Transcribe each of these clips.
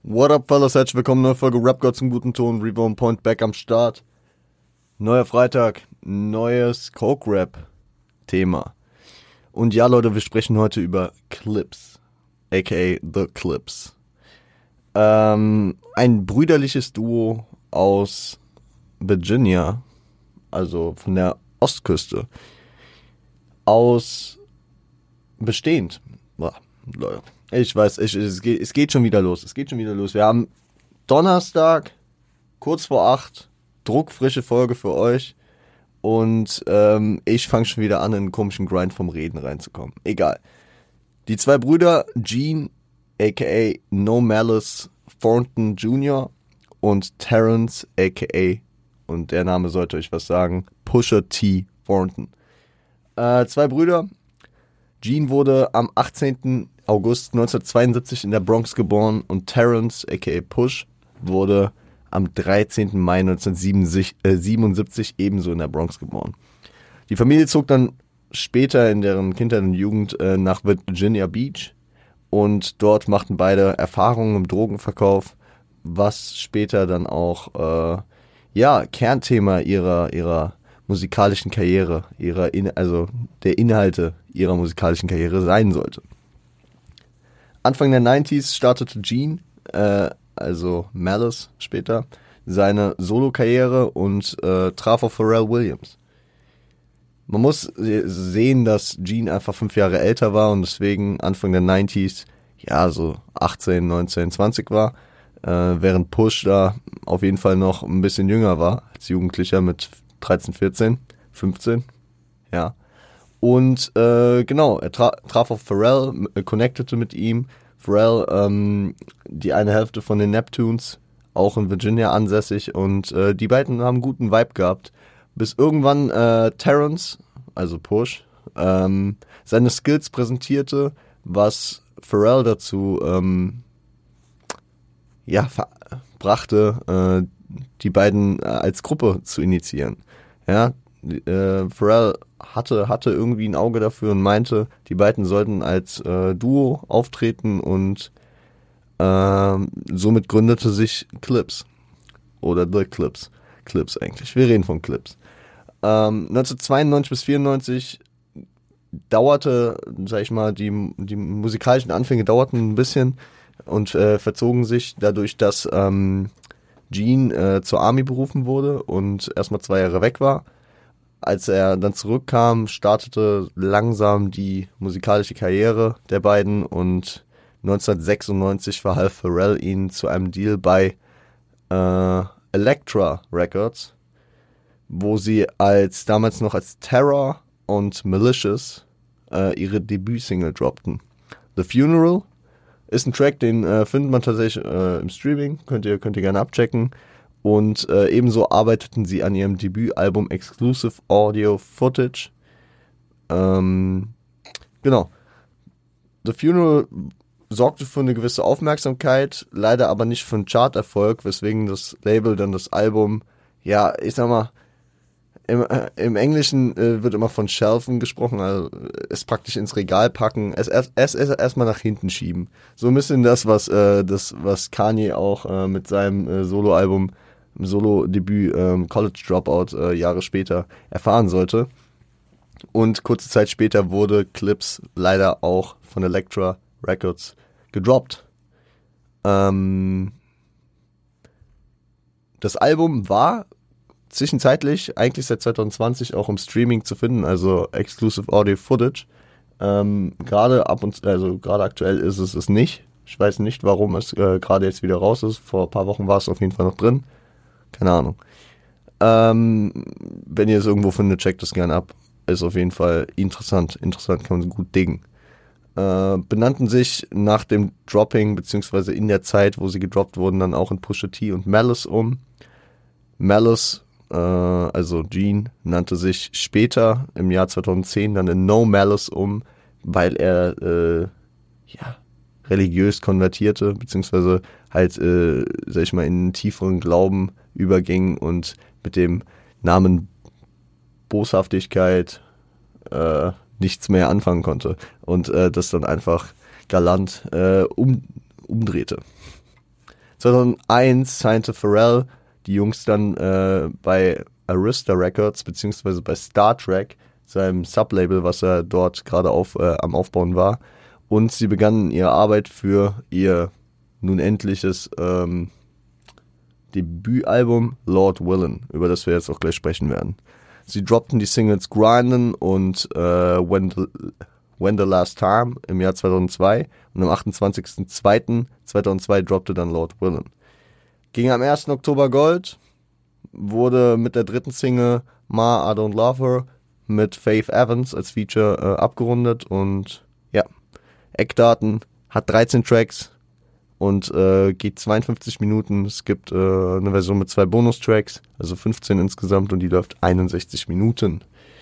What up, fellas? Herzlich willkommen, neue Folge Rap God zum guten Ton. Revo on Point back am Start. Neuer Freitag, neues Coke-Rap-Thema. Und ja, Leute, wir sprechen heute über Clipse, aka The Clipse. Ein brüderliches Duo aus Virginia, also von der Ostküste, bestehend. Boah, Leute. Ich weiß, es geht schon wieder los. Wir haben Donnerstag, kurz vor 8, druckfrische Folge für euch. Und ich fange schon wieder an, in einen komischen Grind vom Reden reinzukommen. Egal. Die zwei Brüder, Gene, a.k.a. No Malice Thornton Jr. und Terrence, a.k.a., und der Name sollte euch was sagen, Pusha T. Thornton. Zwei Brüder. Gene wurde am 18. August 1972 in der Bronx geboren und Terrence, a.k.a. Push, wurde am 13. Mai 1977 ebenso in der Bronx geboren. Die Familie zog dann später in deren Kindheit und Jugend nach Virginia Beach und dort machten beide Erfahrungen im Drogenverkauf, was später dann auch Kernthema ihrer musikalischen Karriere, der Inhalte ihrer musikalischen Karriere sein sollte. Anfang der 90s startete Gene, also Malice später, seine Solo-Karriere und traf auf Pharrell Williams. Man muss sehen, dass Gene einfach 5 Jahre älter war und deswegen Anfang der 90s, so 18, 19, 20 war, während Push da auf jeden Fall noch ein bisschen jünger war, als Jugendlicher mit 13, 14, 15, ja. Und er traf auf Pharrell, connectete mit ihm. Pharrell, die eine Hälfte von den Neptunes, auch in Virginia ansässig. Und die beiden haben einen guten Vibe gehabt. Bis irgendwann Terrence, also Push, seine Skills präsentierte, was Pharrell dazu brachte, die beiden als Gruppe zu initiieren. Ja, Pharrell hatte irgendwie ein Auge dafür und meinte, die beiden sollten als Duo auftreten und somit gründete sich Clipse oder The Clipse. Clipse eigentlich. Wir reden von Clipse. 1992 bis 1994 dauerte, sag ich mal, die musikalischen Anfänge dauerten ein bisschen und verzogen sich dadurch, dass Gene zur Army berufen wurde und erstmal 2 Jahre weg war. Als er dann zurückkam, startete langsam die musikalische Karriere der beiden und 1996 verhalf Pharrell ihnen zu einem Deal bei Elektra Records, wo sie damals noch als Terror und Malicious ihre Debütsingle droppten. The Funeral ist ein Track, den findet man tatsächlich im Streaming, könnt ihr gerne abchecken. Und ebenso arbeiteten sie an ihrem Debütalbum Exclusive Audio Footage. The Funeral sorgte für eine gewisse Aufmerksamkeit, leider aber nicht für einen Charterfolg, weswegen das Label dann das Album, ich sag mal, im Englischen wird immer von Shelfen gesprochen, also es praktisch ins Regal packen, es erstmal nach hinten schieben. So ein bisschen das, was Kanye auch mit seinem Soloalbum, Solo-Debüt College Dropout Jahre später erfahren sollte. Und kurze Zeit später wurde Clipse leider auch von Elektra Records gedroppt. Das Album war zwischenzeitlich, eigentlich seit 2020 auch im Streaming zu finden, also Exclusive Audio Footage. Gerade aktuell ist es nicht. Ich weiß nicht, warum es gerade jetzt wieder raus ist. Vor ein paar Wochen war es auf jeden Fall noch drin. Keine Ahnung. Wenn ihr es irgendwo findet, checkt es gerne ab. Ist auf jeden Fall interessant, kann man gut diggen. Benannten sich nach dem Dropping, beziehungsweise in der Zeit, wo sie gedroppt wurden, dann auch in Pusha T und Malice um. Malice, also Gene, nannte sich später im Jahr 2010 dann in No Malice um, weil er religiös konvertierte, beziehungsweise halt, sag ich mal, in einen tieferen Glauben überging und mit dem Namen Boshaftigkeit nichts mehr anfangen konnte und das dann einfach galant umdrehte. 2001 signte Pharrell die Jungs dann bei Arista Records beziehungsweise bei Star Trek, seinem Sublabel, was er dort gerade am Aufbauen war. Und sie begannen ihre Arbeit für ihr nun endliches Debütalbum Lord Willin, über das wir jetzt auch gleich sprechen werden. Sie droppten die Singles Grindin' und When the Last Time im Jahr 2002 und am 28.02.2002 droppte dann Lord Willin. Ging am 1. Oktober Gold, wurde mit der dritten Single Ma I Don't Love Her mit Faith Evans als Feature abgerundet und ja, Eckdaten, hat 13 Tracks und geht 52 Minuten. Es gibt eine Version mit 2 Bonustracks, also 15 insgesamt und die läuft 61 Minuten.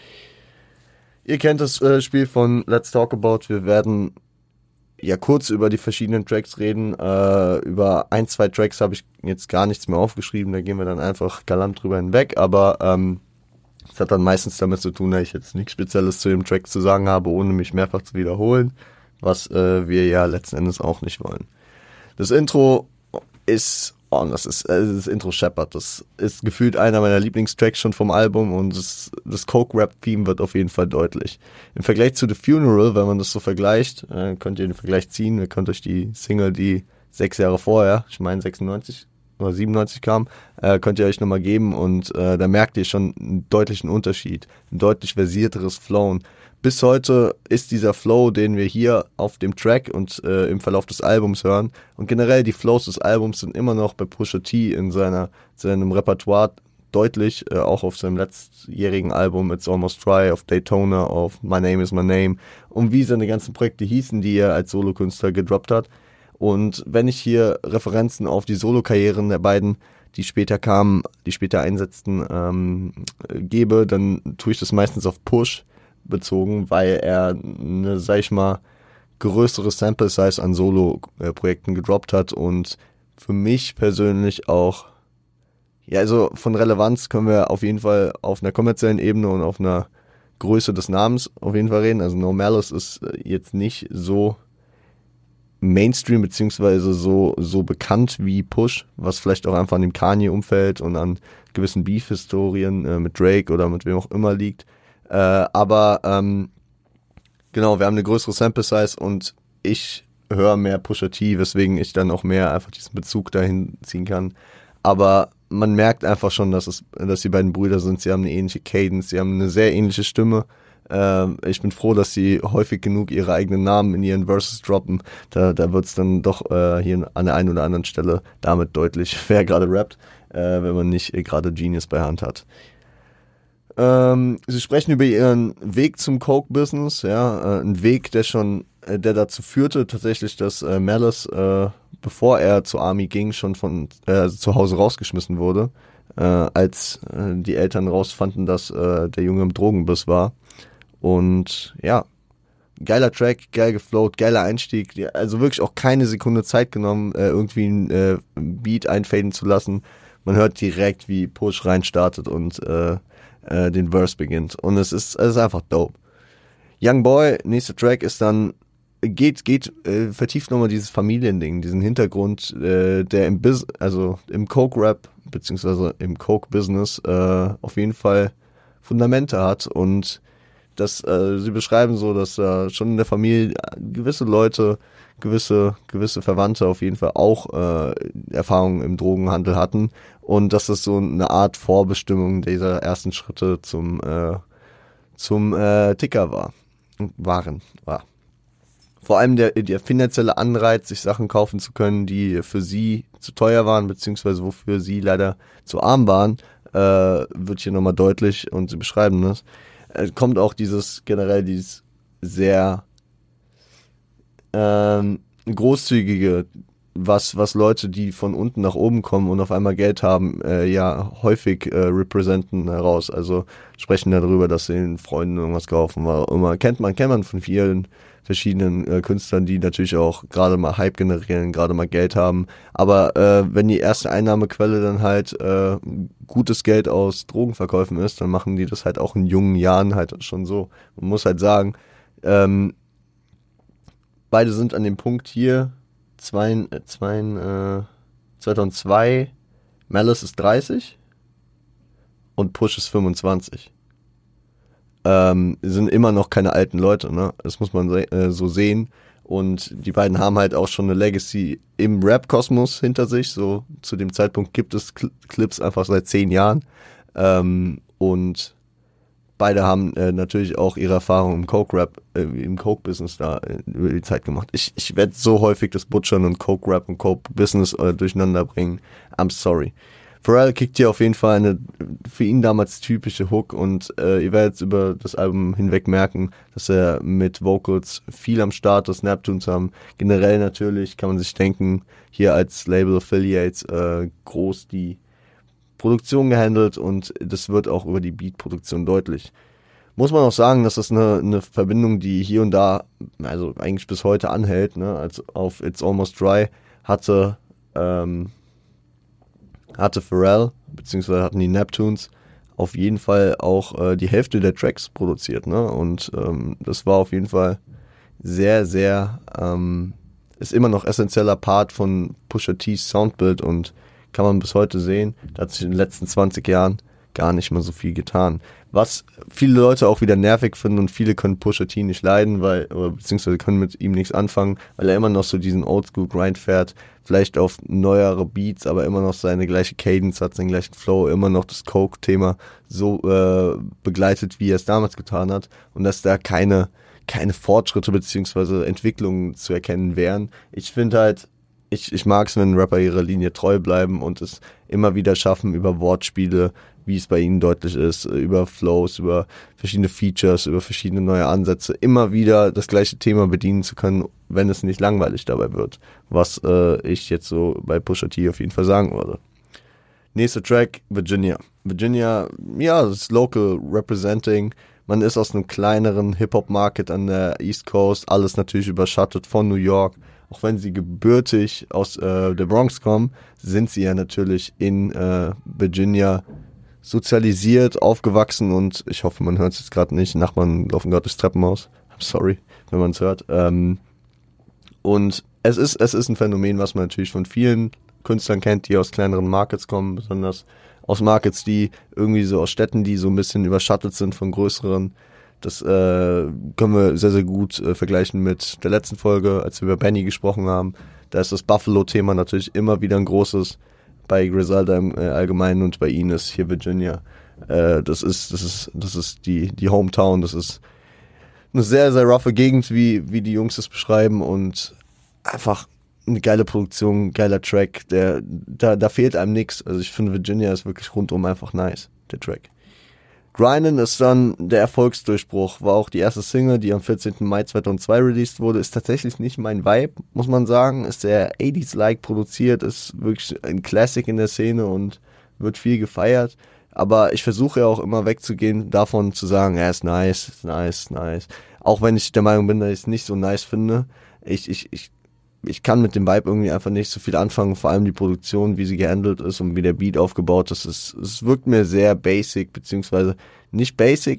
Ihr kennt das Spiel von Let's Talk About. Wir werden ja kurz über die verschiedenen Tracks reden. Über 1-2 Tracks habe ich jetzt gar nichts mehr aufgeschrieben, da gehen wir dann einfach galant drüber hinweg, aber es hat dann meistens damit zu tun, dass ich jetzt nichts Spezielles zu dem Track zu sagen habe, ohne mich mehrfach zu wiederholen, was wir ja letzten Endes auch nicht wollen. Das Intro ist, das Intro scheppert. Das ist gefühlt einer meiner Lieblingstracks schon vom Album und das Coke-Rap-Theme wird auf jeden Fall deutlich. Im Vergleich zu The Funeral, wenn man das so vergleicht, könnt ihr den Vergleich ziehen. Ihr könnt euch die Single, die 6 Jahre vorher, ich meine 96 oder 97 kam, könnt ihr euch nochmal geben und da merkt ihr schon einen deutlichen Unterschied, ein deutlich versierteres Flowen. Bis heute ist dieser Flow, den wir hier auf dem Track und im Verlauf des Albums hören und generell die Flows des Albums sind immer noch bei Pusha T in seinem Repertoire deutlich, auch auf seinem letztjährigen Album It's Almost Dry, auf Daytona, auf My Name Is My Name und wie seine ganzen Projekte hießen, die er als Solokünstler gedroppt hat. Und wenn ich hier Referenzen auf die Solokarrieren der beiden, die später kamen, die später einsetzten, gebe, dann tue ich das meistens auf Push bezogen, weil er eine, sag ich mal, größere Sample Size an Solo-Projekten gedroppt hat und für mich persönlich auch, ja, also von Relevanz können wir auf jeden Fall auf einer kommerziellen Ebene und auf einer Größe des Namens auf jeden Fall reden. Also No Malice ist jetzt nicht so Mainstream beziehungsweise so bekannt wie Push, was vielleicht auch einfach an dem Kanye-Umfeld und an gewissen Beef-Historien mit Drake oder mit wem auch immer liegt. Aber genau, wir haben eine größere Sample-Size und ich höre mehr Pusha T, weswegen ich dann auch mehr einfach diesen Bezug dahin ziehen kann. Aber man merkt einfach schon, dass die beiden Brüder sind. Sie haben eine ähnliche Cadence, sie haben eine sehr ähnliche Stimme. Ich bin froh, dass sie häufig genug ihre eigenen Namen in ihren Verses droppen. Da wird es dann doch hier an der einen oder anderen Stelle damit deutlich, wer gerade rappt, wenn man nicht gerade Genius bei Hand hat. Sie sprechen über ihren Weg zum Coke-Business, ja, ein Weg, der dazu führte tatsächlich, dass Malice, bevor er zur Army ging, schon von zu Hause rausgeschmissen wurde, als die Eltern rausfanden, dass der Junge im Drogenbiss war. Und ja, geiler Track, geil geflowt, geiler Einstieg, also wirklich auch keine Sekunde Zeit genommen, irgendwie ein Beat einfaden zu lassen. Man hört direkt, wie Push reinstartet und den Verse beginnt. Und es ist einfach dope. Young Boy, nächster Track ist dann, vertieft nochmal dieses Familiending, diesen Hintergrund, der im Coke-Rap, beziehungsweise im Coke-Business, auf jeden Fall Fundamente hat und sie beschreiben so, dass schon in der Familie gewisse Leute, gewisse Verwandte auf jeden Fall auch Erfahrungen im Drogenhandel hatten und dass das so eine Art Vorbestimmung dieser ersten Schritte zum Ticker war. Vor allem der finanzielle Anreiz, sich Sachen kaufen zu können, die für sie zu teuer waren, beziehungsweise wofür sie leider zu arm waren, wird hier nochmal deutlich und sie beschreiben das. Kommt auch dieses sehr großzügige, was Leute, die von unten nach oben kommen und auf einmal Geld haben, ja häufig representen heraus. Also sprechen darüber, dass sie den Freunden irgendwas kaufen, war immer kennt man von vielen verschiedenen Künstlern, die natürlich auch gerade mal Hype generieren, gerade mal Geld haben. Aber wenn die erste Einnahmequelle dann halt gutes Geld aus Drogenverkäufen ist, dann machen die das halt auch in jungen Jahren halt schon so. Man muss halt sagen, beide sind an dem Punkt hier, 2002, Malice ist 30 und Push ist 25. Sind immer noch keine alten Leute, ne? Das muss man so sehen. Und die beiden haben halt auch schon eine Legacy im Rap-Kosmos hinter sich. So zu dem Zeitpunkt gibt es Clips einfach seit 10 Jahren. Und beide haben natürlich auch ihre Erfahrung im Coke-Rap, im Coke-Business da über die Zeit gemacht. Ich werde so häufig das Butchern und Coke-Rap und Coke-Business durcheinander bringen. I'm sorry. Pharrell kickt hier auf jeden Fall eine für ihn damals typische Hook und ihr werdet über das Album hinweg merken, dass er mit Vocals viel am Start ist, Neptunes haben. Generell natürlich kann man sich denken, hier als Label Affiliates groß die Produktion gehandelt und das wird auch über die Beat-Produktion deutlich. Muss man auch sagen, dass das eine Verbindung, die hier und da, also eigentlich bis heute anhält, ne, als auf It's Almost Dry hatte Pharrell, beziehungsweise hatten die Neptunes auf jeden Fall auch die Hälfte der Tracks produziert, ne? Und das war auf jeden Fall sehr, sehr, ist immer noch essentieller Part von Pusha T's Soundbild und kann man bis heute sehen, da hat sich in den letzten 20 Jahren gar nicht mal so viel getan. Was viele Leute auch wieder nervig finden und viele können Pusha T nicht leiden, beziehungsweise können mit ihm nichts anfangen, weil er immer noch so diesen Oldschool-Grind fährt, vielleicht auf neuere Beats, aber immer noch seine gleiche Cadence hat, seinen gleichen Flow, immer noch das Coke-Thema so begleitet, wie er es damals getan hat und dass da keine Fortschritte beziehungsweise Entwicklungen zu erkennen wären. Ich finde halt, ich mag es, wenn Rapper ihrer Linie treu bleiben und es immer wieder schaffen, über Wortspiele, wie es bei ihnen deutlich ist, über Flows, über verschiedene Features, über verschiedene neue Ansätze, immer wieder das gleiche Thema bedienen zu können, wenn es nicht langweilig dabei wird. Was ich jetzt so bei Pusha T auf jeden Fall sagen würde. Nächster Track, Virginia. Virginia, ja, das ist Local Representing. Man ist aus einem kleineren Hip-Hop-Market an der East Coast, alles natürlich überschattet von New York. Auch wenn sie gebürtig aus der Bronx kommen, sind sie ja natürlich in Virginia sozialisiert, aufgewachsen und ich hoffe, man hört es jetzt gerade nicht. Nachbarn laufen gerade durchs Treppenhaus. I'm sorry, wenn man es hört. Und es ist ein Phänomen, was man natürlich von vielen Künstlern kennt, die aus kleineren Markets kommen, besonders aus Markets, die irgendwie so aus Städten, die so ein bisschen überschattet sind von größeren. Das können wir sehr, sehr gut vergleichen mit der letzten Folge, als wir über Benny gesprochen haben. Da ist das Buffalo-Thema natürlich immer wieder ein großes, bei Griselda im Allgemeinen und bei ihnen ist hier Virginia. Das ist die Hometown, das ist eine sehr, sehr roughe Gegend, wie die Jungs es beschreiben und einfach eine geile Produktion, geiler Track, da fehlt einem nichts. Also ich finde Virginia ist wirklich rundum einfach nice, der Track. Grindin' ist dann der Erfolgsdurchbruch, war auch die erste Single, die am 14. Mai 2002 released wurde, ist tatsächlich nicht mein Vibe, muss man sagen, ist sehr 80s-like produziert, ist wirklich ein Classic in der Szene und wird viel gefeiert, aber ich versuche ja auch immer wegzugehen davon zu sagen, ja, ist nice, auch wenn ich der Meinung bin, dass ich es nicht so nice finde, ich kann mit dem Vibe irgendwie einfach nicht so viel anfangen, vor allem die Produktion, wie sie gehandelt ist und wie der Beat aufgebaut ist. Es wirkt mir sehr basic, beziehungsweise nicht basic,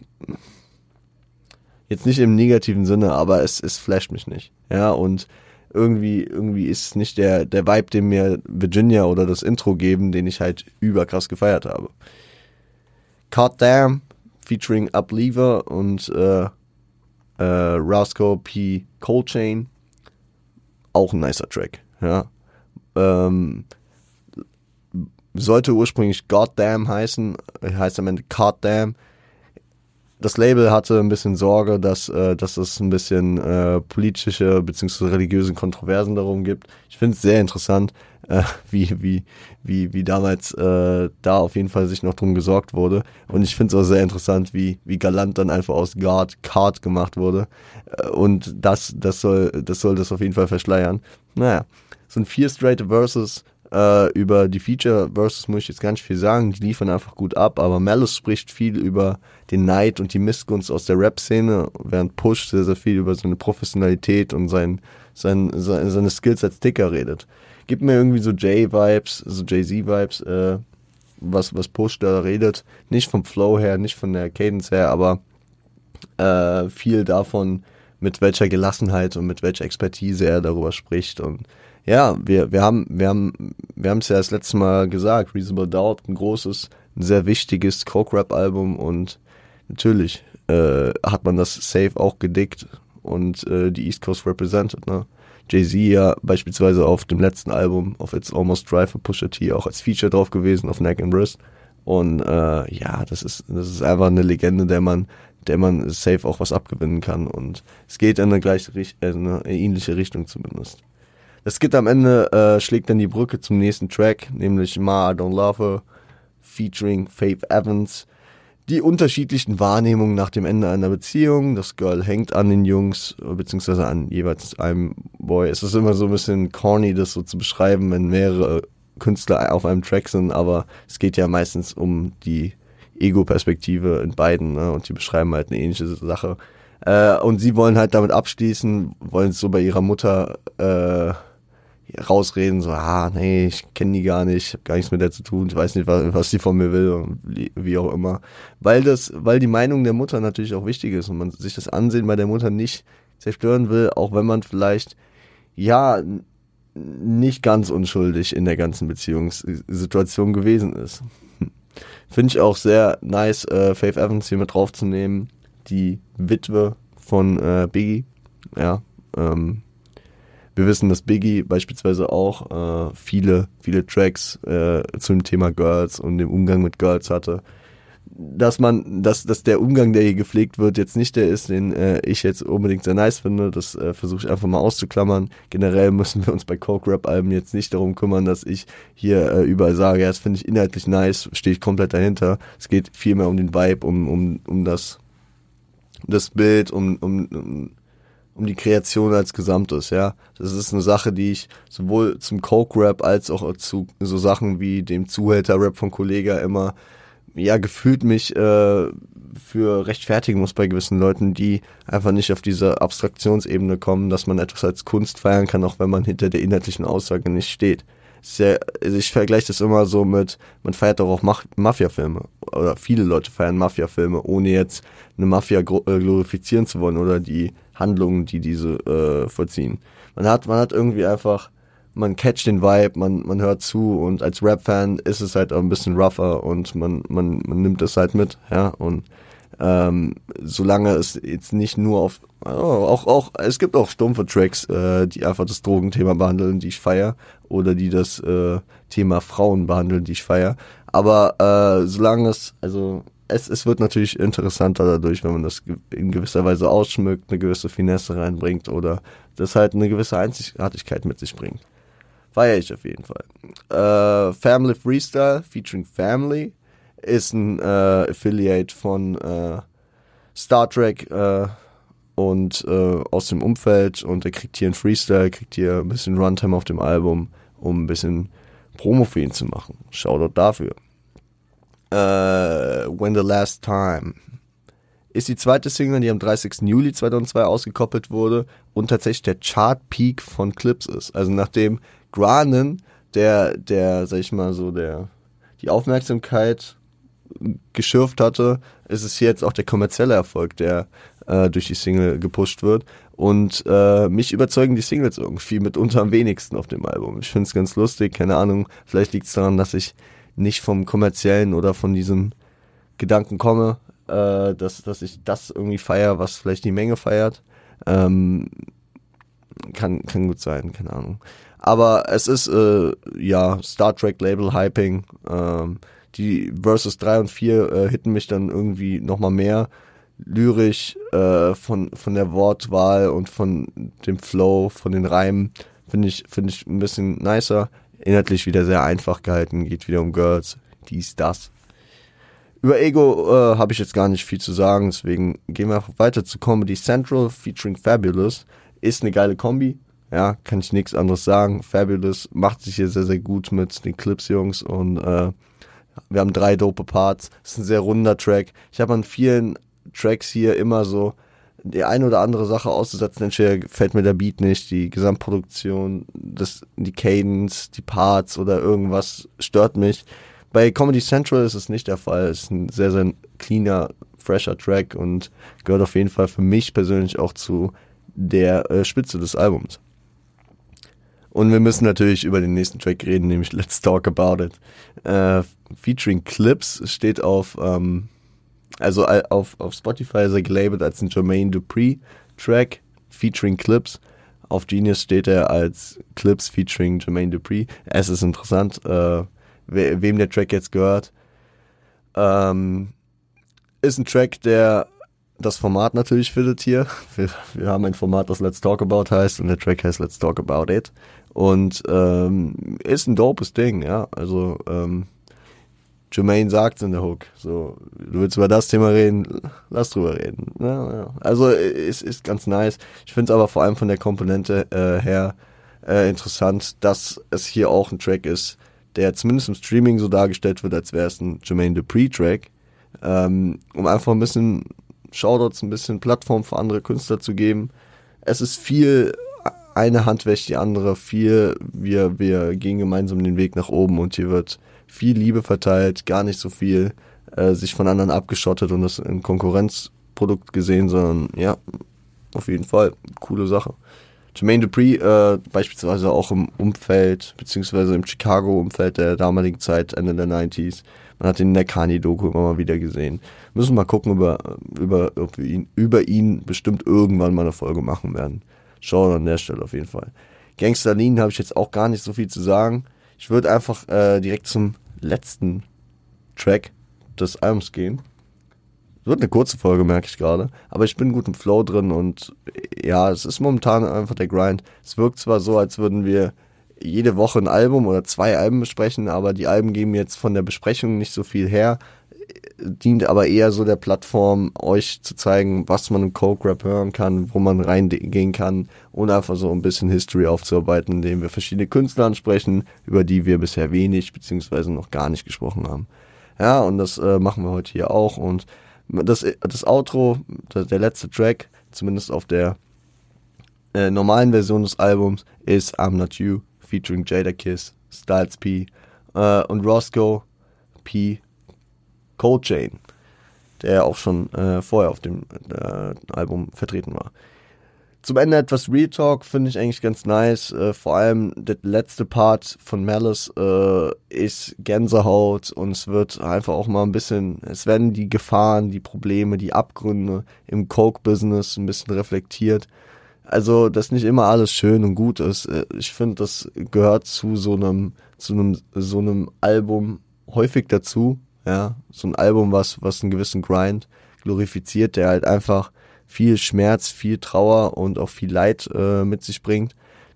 jetzt nicht im negativen Sinne, aber es flasht mich nicht. Ja, und irgendwie ist es nicht der Vibe, den mir Virginia oder das Intro geben, den ich halt überkrass gefeiert habe. Caught Damn, featuring Upleaver und Roscoe P. Coltrane. Auch ein nicer Track, ja. Sollte ursprünglich Goddamn heißen, heißt am Ende Goddamn. Das Label hatte ein bisschen Sorge, dass es ein bisschen politische bzw. religiöse Kontroversen darum gibt. Ich finde es sehr interessant, wie damals da auf jeden Fall sich noch drum gesorgt wurde. Und ich finde es auch sehr interessant, wie galant dann einfach aus Card gemacht wurde. Und das soll das auf jeden Fall verschleiern. Naja, so ein 4 straight Verses. Über die Feature-Verses muss ich jetzt gar nicht viel sagen, die liefern einfach gut ab, aber Malice spricht viel über den Neid und die Missgunst aus der Rap-Szene, während Push sehr, sehr viel über seine Professionalität und seine Skills als Ticker redet. Gibt mir irgendwie so Jay-Vibes, so Jay-Z-Vibes, was Push da redet, nicht vom Flow her, nicht von der Cadence her, aber viel davon, mit welcher Gelassenheit und mit welcher Expertise er darüber spricht und Ja, wir haben es ja das letzte Mal gesagt, Reasonable Doubt, ein großes, ein sehr wichtiges Coke-Rap-Album und natürlich hat man das safe auch gedickt und die East Coast represented, ne? Jay-Z ja beispielsweise auf dem letzten Album, auf It's Almost Dry von Pusha T, auch als Feature drauf gewesen, auf Neck and Wrist. Und ja, das ist einfach eine Legende, der man safe auch was abgewinnen kann. Und es geht in eine ähnliche Richtung zumindest. Das Skit am Ende schlägt dann die Brücke zum nächsten Track, nämlich Ma I Don't Love Her, featuring Faith Evans. Die unterschiedlichen Wahrnehmungen nach dem Ende einer Beziehung. Das Girl hängt an den Jungs, beziehungsweise an jeweils einem Boy. Es ist immer so ein bisschen corny, das so zu beschreiben, wenn mehrere Künstler auf einem Track sind, aber es geht ja meistens um die Ego-Perspektive in beiden, ne? Und die beschreiben halt eine ähnliche Sache. Und sie wollen halt damit abschließen, wollen es so bei ihrer Mutter rausreden, so, nee, ich kenne die gar nicht, ich habe gar nichts mit der zu tun, ich weiß nicht, was sie von mir will und wie auch immer. Weil die Meinung der Mutter natürlich auch wichtig ist und man sich das Ansehen bei der Mutter nicht zerstören will, auch wenn man vielleicht, ja, nicht ganz unschuldig in der ganzen Beziehungssituation gewesen ist. Finde ich auch sehr nice, Faith Evans hier mit draufzunehmen, die Witwe von Biggie, ja, wir wissen, dass Biggie beispielsweise auch viele Tracks zum Thema Girls und dem Umgang mit Girls hatte. Dass der Umgang, der hier gepflegt wird, jetzt nicht der ist, den ich jetzt unbedingt sehr nice finde, das versuche ich einfach mal auszuklammern. Generell müssen wir uns bei Coke-Rap-Alben jetzt nicht darum kümmern, dass ich hier überall sage, ja, das finde ich inhaltlich nice, stehe ich komplett dahinter. Es geht vielmehr um den Vibe, um das Bild, um die Kreation als Gesamtes, ja. Das ist eine Sache, die ich sowohl zum Coke-Rap als auch zu so Sachen wie dem Zuhälter-Rap von Kollega immer, ja, gefühlt mich für rechtfertigen muss bei gewissen Leuten, die einfach nicht auf diese Abstraktionsebene kommen, dass man etwas als Kunst feiern kann, auch wenn man hinter der inhaltlichen Aussage nicht steht. Also ich vergleiche das immer so mit, man feiert doch auch Mafia-Filme, oder viele Leute feiern Mafia-Filme, ohne jetzt eine Mafia glorifizieren zu wollen oder die Handlungen, die diese vollziehen. Man hat irgendwie einfach, man catcht den Vibe, man hört zu und als Rap-Fan ist es halt auch ein bisschen rougher und man nimmt es halt mit, ja, und solange es jetzt nicht nur auf, es gibt auch stumpfe Tracks, die einfach das Drogenthema behandeln, die ich feiere, oder die das Thema Frauen behandeln, die ich feiere, aber solange es wird natürlich interessanter dadurch, wenn man das in gewisser Weise ausschmückt, eine gewisse Finesse reinbringt oder das halt eine gewisse Einzigartigkeit mit sich bringt. Feiere ich auf jeden Fall. Family Freestyle featuring Family ist ein Affiliate von Star Trek und aus dem Umfeld und er kriegt hier einen Freestyle, kriegt hier ein bisschen Runtime auf dem Album, um ein bisschen Promo für ihn zu machen. Shoutout dafür. When the Last Time ist die zweite Single, die am 30. Juli 2002 ausgekoppelt wurde und tatsächlich der Chart-Peak von Clips ist. Also nachdem Granen, der sag ich mal so, die Aufmerksamkeit geschürft hatte, ist es hier jetzt auch der kommerzielle Erfolg, der durch die Single gepusht wird. Und mich überzeugen die Singles irgendwie mitunter am wenigsten auf dem Album. Ich finde es ganz lustig, keine Ahnung, vielleicht liegt es daran, dass ich nicht vom kommerziellen oder von diesem Gedanken komme, dass ich das irgendwie feiere, was vielleicht die Menge feiert. Kann gut sein, keine Ahnung. Aber es ist, Star Trek Label Hyping. Die Verses 3 und 4 hitten mich dann irgendwie nochmal mehr. Lyrisch, von der Wortwahl und von dem Flow, von den Reimen, finde ich ein bisschen nicer. Inhaltlich wieder sehr einfach gehalten, geht wieder um Girls, dies, das. Über Ego habe ich jetzt gar nicht viel zu sagen, deswegen gehen wir einfach weiter zu Comedy Central featuring Fabulous. Ist eine geile Kombi, ja, kann ich nichts anderes sagen. Fabulous macht sich hier sehr, sehr gut mit den Clips-Jungs und wir haben 3 dope Parts. Ist ein sehr runder Track. Ich habe an vielen Tracks hier immer so die eine oder andere Sache auszusetzen, entweder gefällt mir der Beat nicht, die Gesamtproduktion, die Cadence, die Parts oder irgendwas stört mich. Bei Comedy Central ist es nicht der Fall. Es ist ein sehr, sehr cleaner, fresher Track und gehört auf jeden Fall für mich persönlich auch zu der Spitze des Albums. Und wir müssen natürlich über den nächsten Track reden, nämlich Let's Talk About It. Featuring Clips steht auf Spotify ist er gelabelt als ein Jermaine Dupri Track, featuring Clips. Auf Genius steht er als Clips featuring Jermaine Dupri. Es ist interessant, wem der Track jetzt gehört. Ist ein Track, der das Format natürlich fittet hier. Wir haben ein Format, das Let's Talk About heißt und der Track heißt Let's Talk About It. Und ist ein dopes Ding, ja. Also Jermaine sagt in der Hook, so, du willst über das Thema reden, lass drüber reden. Ja. Also ist ganz nice. Ich finde es aber vor allem von der Komponente her interessant, dass es hier auch ein Track ist, der zumindest im Streaming so dargestellt wird, als wäre es ein Jermaine Dupri-Track, um einfach ein bisschen Shoutouts, ein bisschen Plattform für andere Künstler zu geben. Es ist viel, eine Hand wäscht die andere, viel, wir gehen gemeinsam den Weg nach oben und hier wird viel Liebe verteilt, gar nicht so viel sich von anderen abgeschottet und das ein Konkurrenzprodukt gesehen, sondern ja, auf jeden Fall, coole Sache. Jermaine Dupri beispielsweise auch im Umfeld, beziehungsweise im Chicago-Umfeld der damaligen Zeit, Ende der 90s. Man hat ihn in der Kanye-Doku immer mal wieder gesehen. Müssen mal gucken, ob wir über ihn bestimmt irgendwann mal eine Folge machen werden. Schauen an der Stelle auf jeden Fall. Gangsta Lean habe ich jetzt auch gar nicht so viel zu sagen. Ich würde einfach direkt zum letzten Track des Albums gehen. Wird eine kurze Folge, merke ich gerade. Aber ich bin gut im Flow drin und ja, es ist momentan einfach der Grind. Es wirkt zwar so, als würden wir jede Woche ein Album oder 2 Alben besprechen, aber die Alben geben jetzt von der Besprechung nicht so viel her. Dient aber eher so der Plattform, euch zu zeigen, was man im Coke-Rap hören kann, wo man reingehen kann und einfach so ein bisschen History aufzuarbeiten, indem wir verschiedene Künstler ansprechen, über die wir bisher wenig beziehungsweise noch gar nicht gesprochen haben. Ja, und das machen wir heute hier auch und das Outro, der letzte Track, zumindest auf der normalen Version des Albums, ist I'm Not You, featuring Jadakiss, Styles P und Roscoe P. Cold Chain, der auch schon vorher auf dem Album vertreten war. Zum Ende etwas Real Talk, finde ich eigentlich ganz nice. Vor allem der letzte Part von Malice ist Gänsehaut und es wird einfach auch mal ein bisschen, es werden die Gefahren, die Probleme, die Abgründe im Coke-Business ein bisschen reflektiert. Also, dass nicht immer alles schön und gut ist. Ich finde, das gehört zu so einem Album häufig dazu. Ja, so ein Album, was einen gewissen Grind glorifiziert, der halt einfach viel Schmerz, viel Trauer und auch viel Leid mit sich bringt.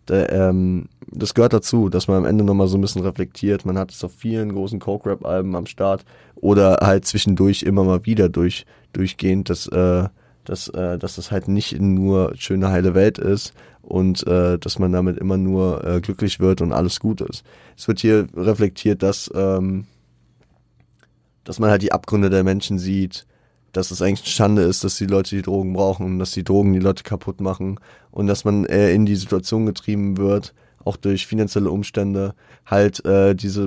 Das gehört dazu, dass man am Ende nochmal so ein bisschen reflektiert. Man hat es auf vielen großen Coke-Rap-Alben am Start oder halt zwischendurch immer mal wieder durchgehend, dass das halt nicht nur schöne heile Welt ist und dass man damit immer nur glücklich wird und alles gut ist. Es wird hier reflektiert, dass man halt die Abgründe der Menschen sieht, dass es eigentlich eine Schande ist, dass die Leute die Drogen brauchen, dass die Drogen die Leute kaputt machen und dass man in die Situation getrieben wird, auch durch finanzielle Umstände, halt diese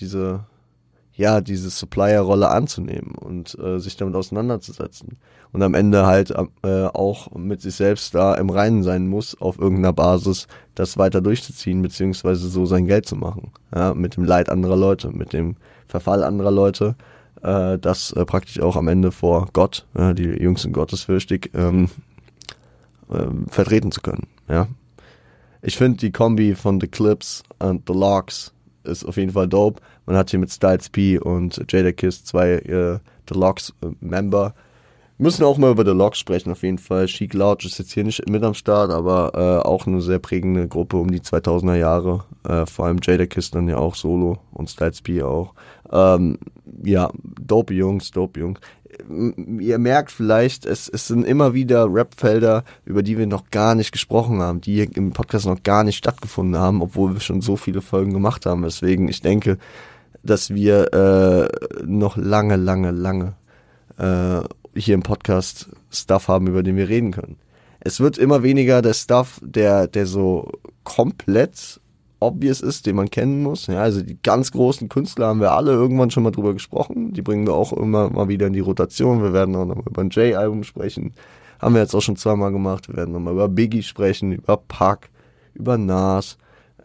Supplier-Rolle anzunehmen und sich damit auseinanderzusetzen und am Ende halt auch mit sich selbst da im Reinen sein muss, auf irgendeiner Basis das weiter durchzuziehen, beziehungsweise so sein Geld zu machen, ja, mit dem Leid anderer Leute, mit dem Verfall anderer Leute, das praktisch auch am Ende vor Gott, die Jungs sind gottesfürchtig, vertreten zu können. Ja. Ich finde die Kombi von The Clips und The Lox ist auf jeden Fall dope. Man hat hier mit Styles P und Jadakiss 2 The Lox Member. Müssen auch mal über The Lox sprechen, auf jeden Fall. Chic Lounge ist jetzt hier nicht mit am Start, aber auch eine sehr prägende Gruppe um die 2000er Jahre. Vor allem Jadakiss dann ja auch solo und Styles P auch. Ja, dope Jungs. Ihr merkt vielleicht, es sind immer wieder Rap-Felder, über die wir noch gar nicht gesprochen haben, die hier im Podcast noch gar nicht stattgefunden haben, obwohl wir schon so viele Folgen gemacht haben. Deswegen, ich denke, dass wir noch lange hier im Podcast Stuff haben, über den wir reden können. Es wird immer weniger der Stuff, der so komplett obvious ist, den man kennen muss. Ja, also die ganz großen Künstler haben wir alle irgendwann schon mal drüber gesprochen. Die bringen wir auch immer mal wieder in die Rotation. Wir werden auch noch mal über ein J-Album sprechen. Haben wir jetzt auch schon 2-mal gemacht. Wir werden noch mal über Biggie sprechen, über Pac, über Nas.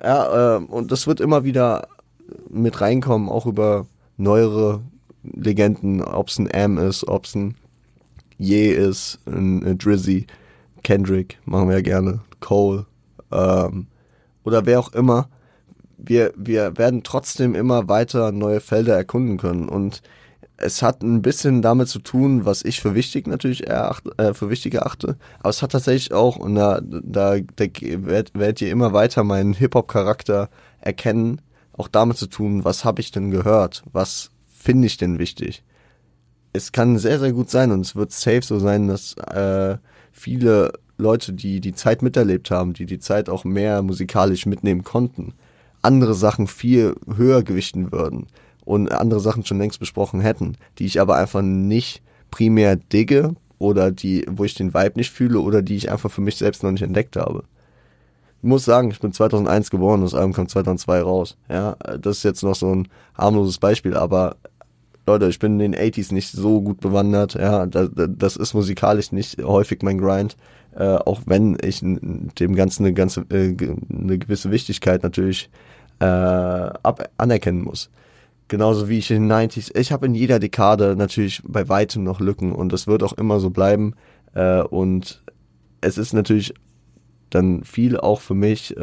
Ja, und das wird immer wieder mit reinkommen, auch über neuere Legenden, ob es ein Am ist, ob es ein Ye ist, ein Drizzy, Kendrick, machen wir ja gerne, Cole, oder wer auch immer. Wir werden trotzdem immer weiter neue Felder erkunden können und es hat ein bisschen damit zu tun, was ich für wichtig natürlich für wichtig erachte, aber es hat tatsächlich auch, und da werdet ihr immer weiter meinen Hip-Hop-Charakter erkennen, auch damit zu tun, was habe ich denn gehört, was finde ich denn wichtig. Es kann sehr, sehr gut sein und es wird safe so sein, dass viele Leute, die die Zeit miterlebt haben, die die Zeit auch mehr musikalisch mitnehmen konnten, andere Sachen viel höher gewichten würden und andere Sachen schon längst besprochen hätten, die ich aber einfach nicht primär digge oder wo ich den Vibe nicht fühle oder die ich einfach für mich selbst noch nicht entdeckt habe. Ich muss sagen, ich bin 2001 geboren, das Album kam 2002 raus. Ja, das ist jetzt noch so ein harmloses Beispiel, aber Leute, ich bin in den 80s nicht so gut bewandert, ja, das ist musikalisch nicht häufig mein Grind, auch wenn ich dem Ganzen eine gewisse Wichtigkeit natürlich anerkennen muss. Genauso wie ich in den 90s, ich habe in jeder Dekade natürlich bei weitem noch Lücken und das wird auch immer so bleiben und es ist natürlich dann viel auch für mich,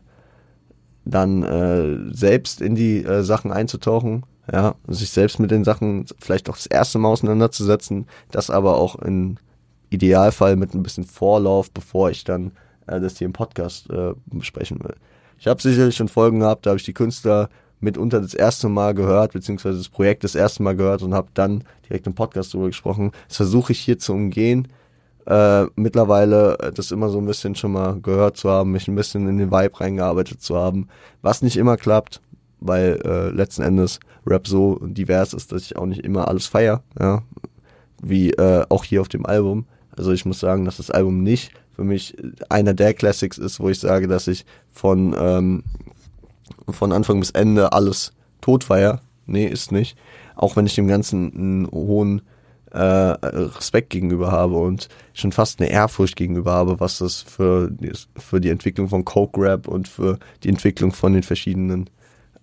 dann selbst in die Sachen einzutauchen, ja, sich selbst mit den Sachen vielleicht auch das erste Mal auseinanderzusetzen, das aber auch im Idealfall mit ein bisschen Vorlauf, bevor ich dann das hier im Podcast besprechen will. Ich habe sicherlich schon Folgen gehabt, da habe ich die Künstler mitunter das erste Mal gehört, beziehungsweise das Projekt das erste Mal gehört und habe dann direkt im Podcast darüber gesprochen. Das versuche ich hier zu umgehen. Mittlerweile das immer so ein bisschen schon mal gehört zu haben, mich ein bisschen in den Vibe reingearbeitet zu haben, was nicht immer klappt, weil letzten Endes Rap so divers ist, dass ich auch nicht immer alles feier, ja, wie auch hier auf dem Album. Also ich muss sagen, dass das Album nicht für mich einer der Classics ist, wo ich sage, dass ich von Anfang bis Ende alles tot feier. Nee, ist nicht. Auch wenn ich dem Ganzen einen hohen Respekt gegenüber habe und schon fast eine Ehrfurcht gegenüber habe, was das für die Entwicklung von Coke Rap und für die Entwicklung von den verschiedenen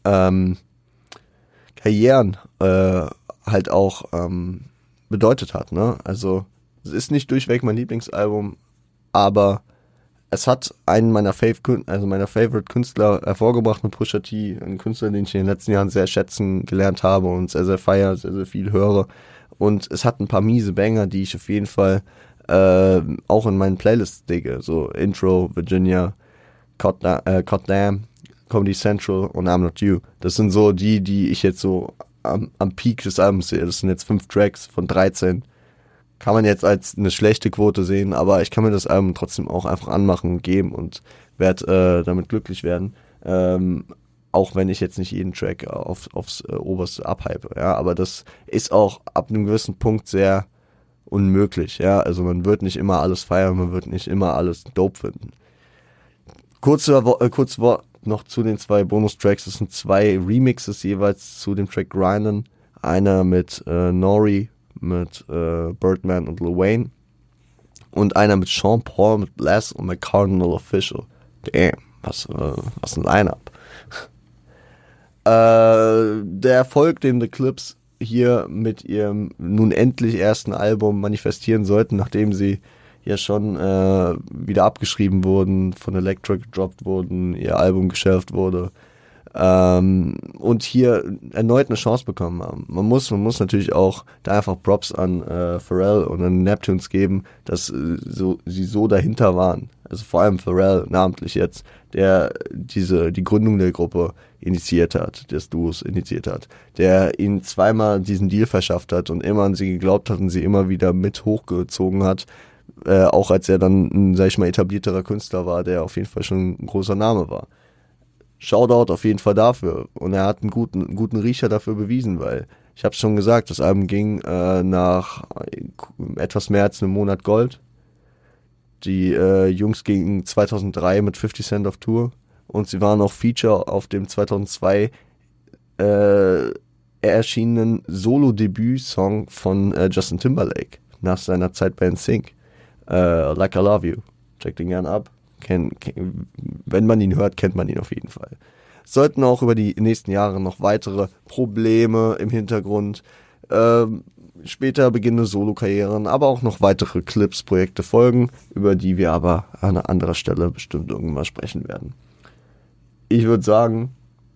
Karrieren halt auch bedeutet hat, ne? Also es ist nicht durchweg mein Lieblingsalbum, aber es hat einen meiner Favorite Künstler hervorgebracht mit Pusha T, ein Künstler, den ich in den letzten Jahren sehr schätzen gelernt habe und sehr, sehr feiere, sehr, sehr viel höre. Und es hat ein paar miese Banger, die ich auf jeden Fall auch in meinen Playlists digge. So Intro, Virginia, Goddamn, Comedy Central und I'm Not You. Das sind so die ich jetzt so am Peak des Albums sehe. Das sind jetzt 5 Tracks von 13. Kann man jetzt als eine schlechte Quote sehen, aber ich kann mir das Album trotzdem auch einfach anmachen und geben und werde damit glücklich werden. Auch wenn ich jetzt nicht jeden Track aufs Oberste abhype, ja, aber das ist auch ab einem gewissen Punkt sehr unmöglich, ja, also man wird nicht immer alles feiern, man wird nicht immer alles dope finden. Kurz Wort noch zu den 2 Bonustracks, das sind 2 Remixes jeweils zu dem Track Grindin', einer mit Nori, mit Birdman und Lil Wayne und einer mit Sean Paul, mit Bless und mit Cardinal Official. Damn, was ein Line-Up. Der Erfolg, den The Clips hier mit ihrem nun endlich ersten Album manifestieren sollten, nachdem sie ja schon wieder abgeschrieben wurden, von Elektra gedroppt wurden, ihr Album geshelft wurde und hier erneut eine Chance bekommen haben. Man muss natürlich auch da einfach Props an Pharrell und an Neptunes geben, dass sie so dahinter waren. Also vor allem Pharrell namentlich jetzt, der die Gründung der Gruppe initiiert hat, des Duos initiiert hat, der ihnen zweimal diesen Deal verschafft hat und immer an sie geglaubt hat und sie immer wieder mit hochgezogen hat, auch als er dann ein, sag ich mal, etablierterer Künstler war, der auf jeden Fall schon ein großer Name war. Shoutout auf jeden Fall dafür. Und er hat einen guten Riecher dafür bewiesen, weil ich habe es schon gesagt, das Album ging nach etwas mehr als einem Monat Gold. Die Jungs gingen 2003 mit 50 Cent auf Tour und sie waren auch Feature auf dem 2002 erschienenen Solo-Debüt-Song von Justin Timberlake nach seiner Zeit bei NSYNC. Like I Love You. Check den gern ab. Wenn man ihn hört, kennt man ihn auf jeden Fall. Es sollten auch über die nächsten Jahre noch weitere Probleme im Hintergrund, später beginnende Solo-Karrieren, aber auch noch weitere Clips, Projekte folgen, über die wir aber an einer anderen Stelle bestimmt irgendwann mal sprechen werden. Ich würde sagen,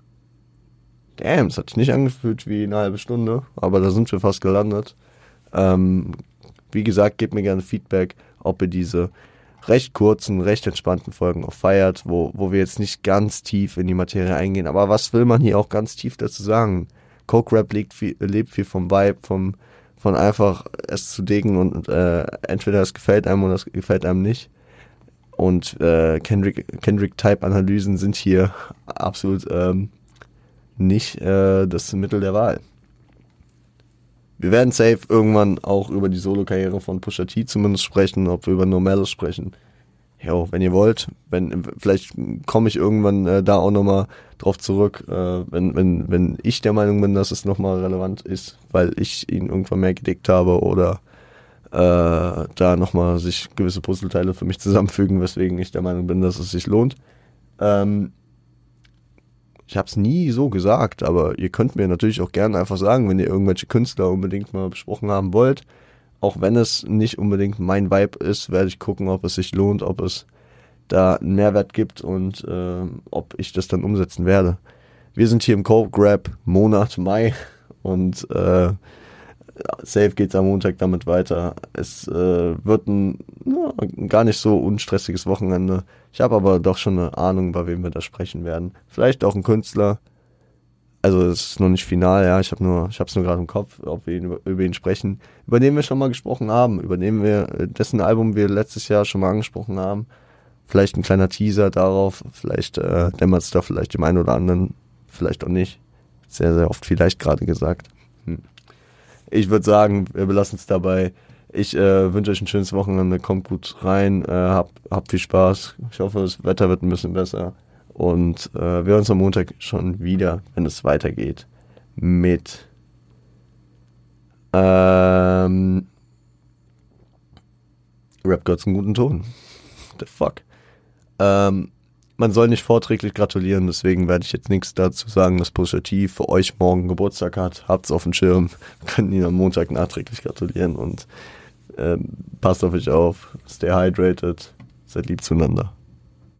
es hat sich nicht angefühlt wie eine halbe Stunde, aber da sind wir fast gelandet. Wie gesagt, gebt mir gerne Feedback, ob ihr diese recht kurzen, recht entspannten Folgen auch feiert, wo wir jetzt nicht ganz tief in die Materie eingehen. Aber was will man hier auch ganz tief dazu sagen? Coke Rap lebt viel vom Vibe, von einfach es zu diggen und entweder es gefällt einem oder es gefällt einem nicht. Und Kendrick-Type-Analysen sind hier absolut nicht das Mittel der Wahl. Wir werden safe irgendwann auch über die Solo-Karriere von Pusha T zumindest sprechen, ob wir über No Malice sprechen. Jo, wenn ihr wollt, vielleicht komme ich irgendwann da auch nochmal drauf zurück, wenn ich der Meinung bin, dass es nochmal relevant ist, weil ich ihn irgendwann mehr gedickt habe oder da nochmal sich gewisse Puzzleteile für mich zusammenfügen, weswegen ich der Meinung bin, dass es sich lohnt. Ich habe es nie so gesagt, aber ihr könnt mir natürlich auch gerne einfach sagen, wenn ihr irgendwelche Künstler unbedingt mal besprochen haben wollt. Auch wenn es nicht unbedingt mein Vibe ist, werde ich gucken, ob es sich lohnt, ob es da einen Mehrwert gibt und ob ich das dann umsetzen werde. Wir sind hier im Coke Rap Monat Mai und safe geht's am Montag damit weiter. Es wird ein gar nicht so unstressiges Wochenende. Ich habe aber doch schon eine Ahnung, bei wem wir da sprechen werden. Vielleicht auch ein Künstler. Also es ist noch nicht final, ja. Ich habe es nur gerade im Kopf, ob wir über ihn sprechen, über den wir schon mal gesprochen haben, dessen Album wir letztes Jahr schon mal angesprochen haben. Vielleicht ein kleiner Teaser darauf. Vielleicht dämmert es da vielleicht dem einen oder anderen, vielleicht auch nicht. Sehr, sehr oft vielleicht gerade gesagt. Ich würde sagen, wir belassen es dabei. Ich wünsche euch ein schönes Wochenende, kommt gut rein, habt viel Spaß. Ich hoffe, das Wetter wird ein bisschen besser. Und wir hören uns am Montag schon wieder, wenn es weitergeht mit Rap Gods einen guten Ton. What the fuck? Man soll nicht vorträglich gratulieren, deswegen werde ich jetzt nichts dazu sagen, dass Pusha T für euch morgen Geburtstag hat. Habt's auf dem Schirm, wir können ihn am Montag nachträglich gratulieren und passt auf euch auf, stay hydrated, seid lieb zueinander.